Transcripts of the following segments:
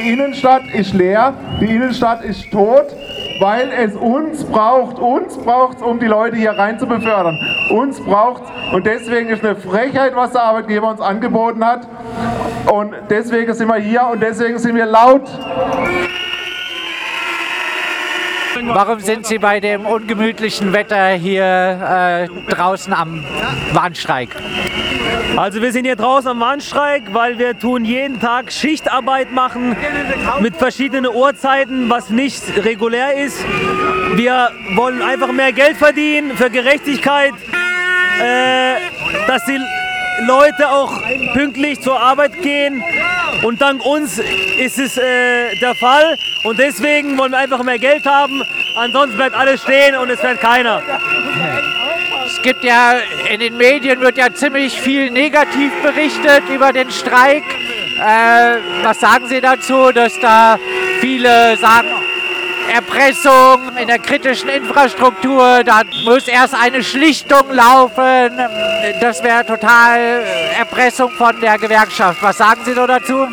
Die Innenstadt ist leer, die Innenstadt ist tot, weil es uns braucht, um die Leute hier rein zu befördern. Uns braucht, und deswegen ist eine Frechheit, was der Arbeitgeber uns angeboten hat. Und deswegen sind wir hier und deswegen sind wir laut. Warum sind Sie bei dem ungemütlichen Wetter hier draußen am Warnstreik? Also wir sind hier draußen am Warnstreik, weil wir tun jeden Tag Schichtarbeit machen mit verschiedenen Uhrzeiten, was nicht regulär ist. Wir wollen einfach mehr Geld verdienen für Gerechtigkeit, dass die Leute auch pünktlich zur Arbeit gehen. Und dank uns ist es der Fall. Und deswegen wollen wir einfach mehr Geld haben. Ansonsten bleibt alles stehen und es fährt keiner. Es gibt ja, in den Medien wird ja ziemlich viel negativ berichtet über den Streik. Was sagen Sie dazu, dass da viele sagen, Erpressung in der kritischen Infrastruktur, da muss erst eine Schlichtung laufen, das wäre total Erpressung von der Gewerkschaft. Was sagen Sie dazu?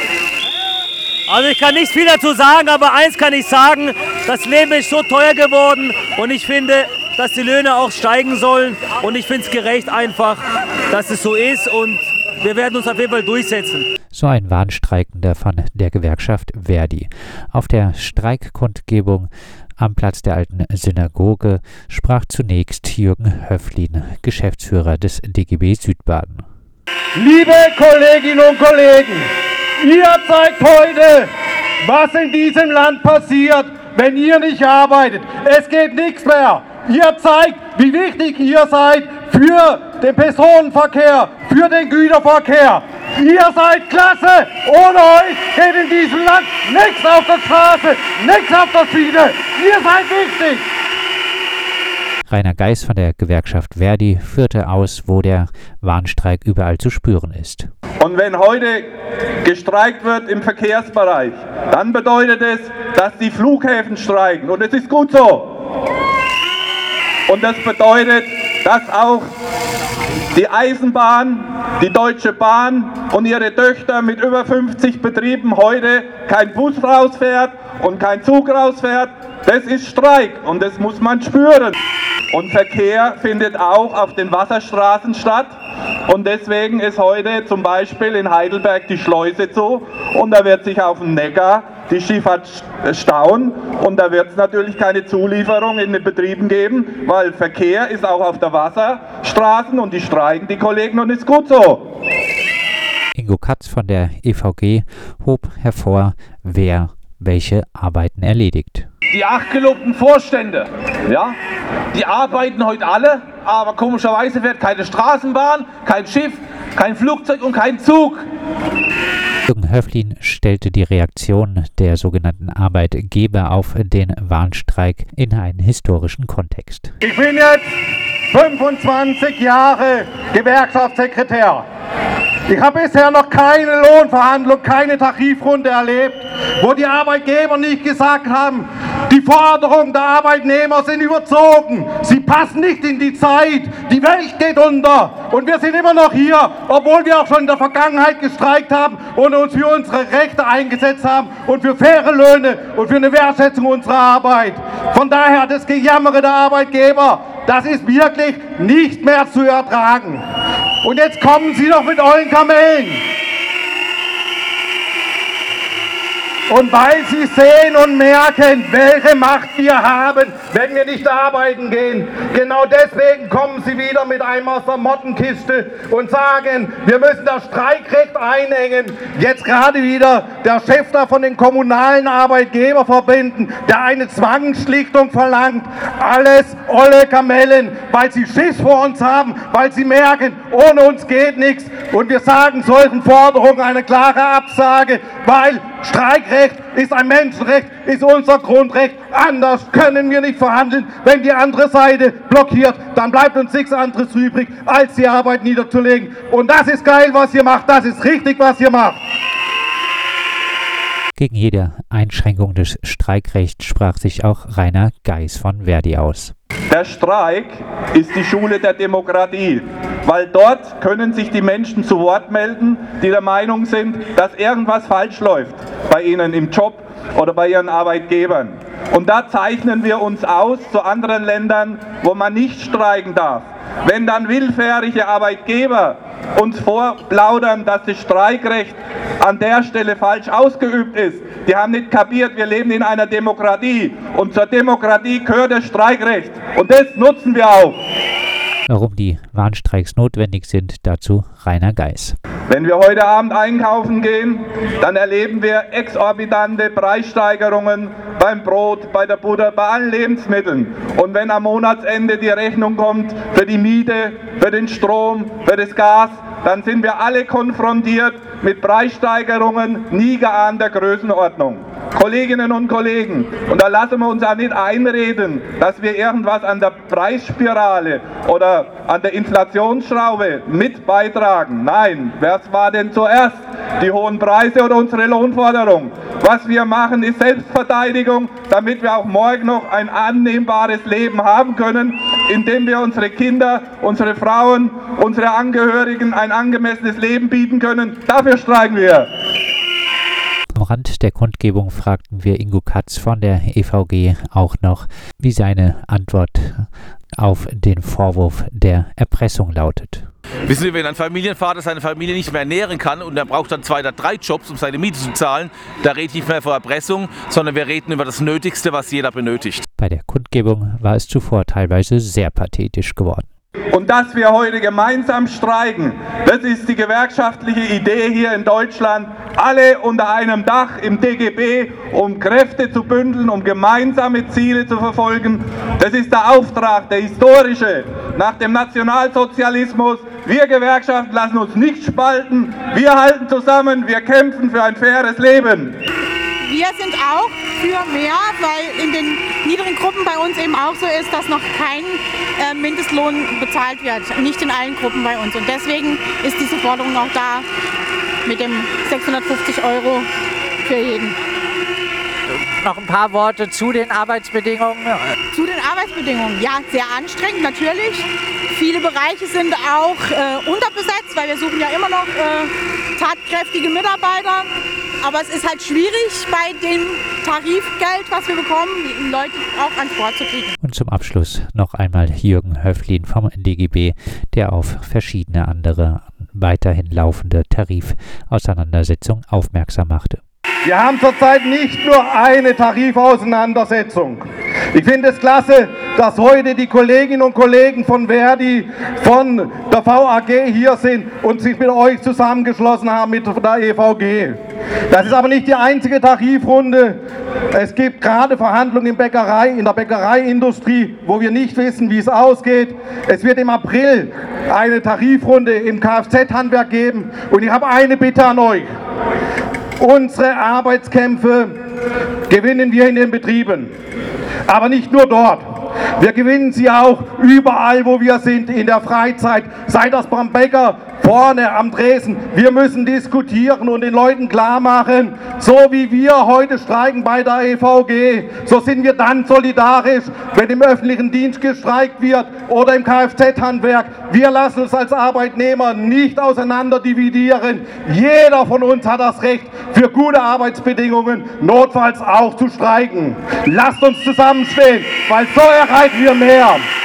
Also ich kann nicht viel dazu sagen, aber eins kann ich sagen, das Leben ist so teuer geworden und ich finde, dass die Löhne auch steigen sollen und ich finde es gerecht einfach, dass es so ist und wir werden uns auf jeden Fall durchsetzen. So ein Warnstreikender von der Gewerkschaft ver.di. Auf der Streikkundgebung am Platz der alten Synagoge sprach zunächst Jürgen Höflin, Geschäftsführer des DGB Südbaden. Liebe Kolleginnen und Kollegen, ihr zeigt heute, was in diesem Land passiert, wenn ihr nicht arbeitet. Es geht nichts mehr. Ihr zeigt, wie wichtig ihr seid für den Personenverkehr, für den Güterverkehr. Ihr seid klasse. Ohne euch geht in diesem Land nichts auf der Straße, nichts auf der Schiene. Ihr seid wichtig. Rainer Geis von der Gewerkschaft ver.di führte aus, wo der Warnstreik überall zu spüren ist. Und wenn heute gestreikt wird im Verkehrsbereich, dann bedeutet es, dass die Flughäfen streiken. Und es ist gut so. Und das bedeutet, dass auch die Eisenbahn, die Deutsche Bahn und ihre Töchter mit über 50 Betrieben heute kein Bus rausfährt und kein Zug rausfährt. Das ist Streik und das muss man spüren. Und Verkehr findet auch auf den Wasserstraßen statt. Und deswegen ist heute zum Beispiel in Heidelberg die Schleuse zu und da wird sich auf dem Neckar die Schifffahrt stauen und da wird es natürlich keine Zulieferung in den Betrieben geben, weil Verkehr ist auch auf der Wasserstraßen und die streiken die Kollegen und ist gut so. Ingo Katz von der EVG hob hervor, wer welche Arbeiten erledigt. Die 8 gelobten Vorstände, ja, die arbeiten heute alle, aber komischerweise fährt keine Straßenbahn, kein Schiff, kein Flugzeug und kein Zug. Jürgen Höflin stellte die Reaktion der sogenannten Arbeitgeber auf den Warnstreik in einen historischen Kontext. Ich bin jetzt 25 Jahre Gewerkschaftssekretär. Ich habe bisher noch keine Lohnverhandlung, keine Tarifrunde erlebt, wo die Arbeitgeber nicht gesagt haben, die Forderungen der Arbeitnehmer sind überzogen, sie passen nicht in die Zeit, die Welt geht unter und wir sind immer noch hier, obwohl wir auch schon in der Vergangenheit gestreikt haben und uns für unsere Rechte eingesetzt haben und für faire Löhne und für eine Wertschätzung unserer Arbeit. Von daher das Gejammere der Arbeitgeber, das ist wirklich nicht mehr zu ertragen. Und jetzt kommen Sie doch mit euren Kamellen. Und weil Sie sehen und merken, welche Macht wir haben, wenn wir nicht arbeiten gehen, genau deswegen kommen Sie wieder mit einem aus der Mottenkiste und sagen, wir müssen das Streikrecht einengen. Jetzt gerade wieder der Chef da von den kommunalen Arbeitgeberverbänden, der eine Zwangsschlichtung verlangt. Alles olle Kamellen, weil sie Schiss vor uns haben, weil sie merken, ohne uns geht nichts. Und wir sagen solchen Forderungen eine klare Absage, weil Streikrecht ist ein Menschenrecht, ist unser Grundrecht. Anders können wir nicht verhandeln. Wenn die andere Seite blockiert, dann bleibt uns nichts anderes übrig, als die Arbeit niederzulegen. Und das ist geil, was ihr macht. Das ist richtig, was ihr macht. Gegen jede Einschränkung des Streikrechts sprach sich auch Rainer Geis von ver.di aus. Der Streik ist die Schule der Demokratie. weil dort können sich die Menschen zu Wort melden, die der Meinung sind, dass irgendwas falsch läuft bei ihnen im Job oder bei ihren Arbeitgebern. Und da zeichnen wir uns aus zu anderen Ländern, wo man nicht streiken darf. Wenn dann willfährige Arbeitgeber uns vorplaudern, dass das Streikrecht an der Stelle falsch ausgeübt ist, die haben nicht kapiert, wir leben in einer Demokratie und zur Demokratie gehört das Streikrecht und das nutzen wir auch. Warum die Warnstreiks notwendig sind, dazu Rainer Geis. Wenn wir heute Abend einkaufen gehen, dann erleben wir exorbitante Preissteigerungen beim Brot, bei der Butter, bei allen Lebensmitteln. Und wenn am Monatsende die Rechnung kommt für die Miete, für den Strom, für das Gas, dann sind wir alle konfrontiert mit Preissteigerungen nie geahnter Größenordnung. Kolleginnen und Kollegen, und da lassen wir uns auch nicht einreden, dass wir irgendwas an der Preisspirale oder an der Inflationsschraube mit beitragen. Nein, was war denn zuerst? Die hohen Preise oder unsere Lohnforderung? Was wir machen, ist Selbstverteidigung, damit wir auch morgen noch ein annehmbares Leben haben können, indem wir unsere Kinder, unsere Frauen, unsere Angehörigen ein angemessenes Leben bieten können. Dafür streiken wir. Am Rand der Kundgebung fragten wir Ingo Katz von der EVG auch noch, wie seine Antwort auf den Vorwurf der Erpressung lautet. Wissen Sie, wenn ein Familienvater seine Familie nicht mehr ernähren kann und er braucht dann 2 oder 3 Jobs, um seine Miete zu zahlen, da rede ich nicht mehr von Erpressung, sondern wir reden über das Nötigste, was jeder benötigt. Bei der Kundgebung war es zuvor teilweise sehr pathetisch geworden. Und dass wir heute gemeinsam streiken, das ist die gewerkschaftliche Idee hier in Deutschland. Alle unter einem Dach im DGB, um Kräfte zu bündeln, um gemeinsame Ziele zu verfolgen. Das ist der Auftrag, der historische, nach dem Nationalsozialismus. Wir Gewerkschaften lassen uns nicht spalten, wir halten zusammen, wir kämpfen für ein faires Leben. Wir sind auch für mehr, weil in den niederen Gruppen bei uns eben auch so ist, dass noch kein Mindestlohn bezahlt wird. Nicht in allen Gruppen bei uns. Und deswegen ist diese Forderung auch da mit dem 650 € für jeden. Noch ein paar Worte zu den Arbeitsbedingungen. Zu den Arbeitsbedingungen, ja, sehr anstrengend natürlich. Viele Bereiche sind auch unterbesetzt, weil wir suchen ja immer noch tatkräftige Mitarbeiter. Aber es ist halt schwierig, bei dem Tarifgeld, was wir bekommen, die Leute auch ans Bord zu kriegen. Und zum Abschluss noch einmal Jürgen Höflin vom DGB, der auf verschiedene andere weiterhin laufende Tarifauseinandersetzungen aufmerksam machte. Wir haben zurzeit nicht nur eine Tarifauseinandersetzung. Ich finde es klasse, dass heute die Kolleginnen und Kollegen von Verdi, von der VAG hier sind und sich mit euch zusammengeschlossen haben mit der EVG. Das ist aber nicht die einzige Tarifrunde. Es gibt gerade Verhandlungen in der Bäckereiindustrie, wo wir nicht wissen, wie es ausgeht. Es wird im April eine Tarifrunde im Kfz-Handwerk geben. Und ich habe eine Bitte an euch. Unsere Arbeitskämpfe gewinnen wir in den Betrieben, aber nicht nur dort. Wir gewinnen sie auch überall, wo wir sind, in der Freizeit, sei das beim Bäcker, vorne am Tresen. Wir müssen diskutieren und den Leuten klar machen, so wie wir heute streiken bei der EVG, so sind wir dann solidarisch, wenn im öffentlichen Dienst gestreikt wird oder im Kfz-Handwerk. Wir lassen uns als Arbeitnehmer nicht auseinander dividieren. Jeder von uns hat das Recht, für gute Arbeitsbedingungen notfalls auch zu streiken. Lasst uns zusammenstehen, weil so erreichen wir mehr.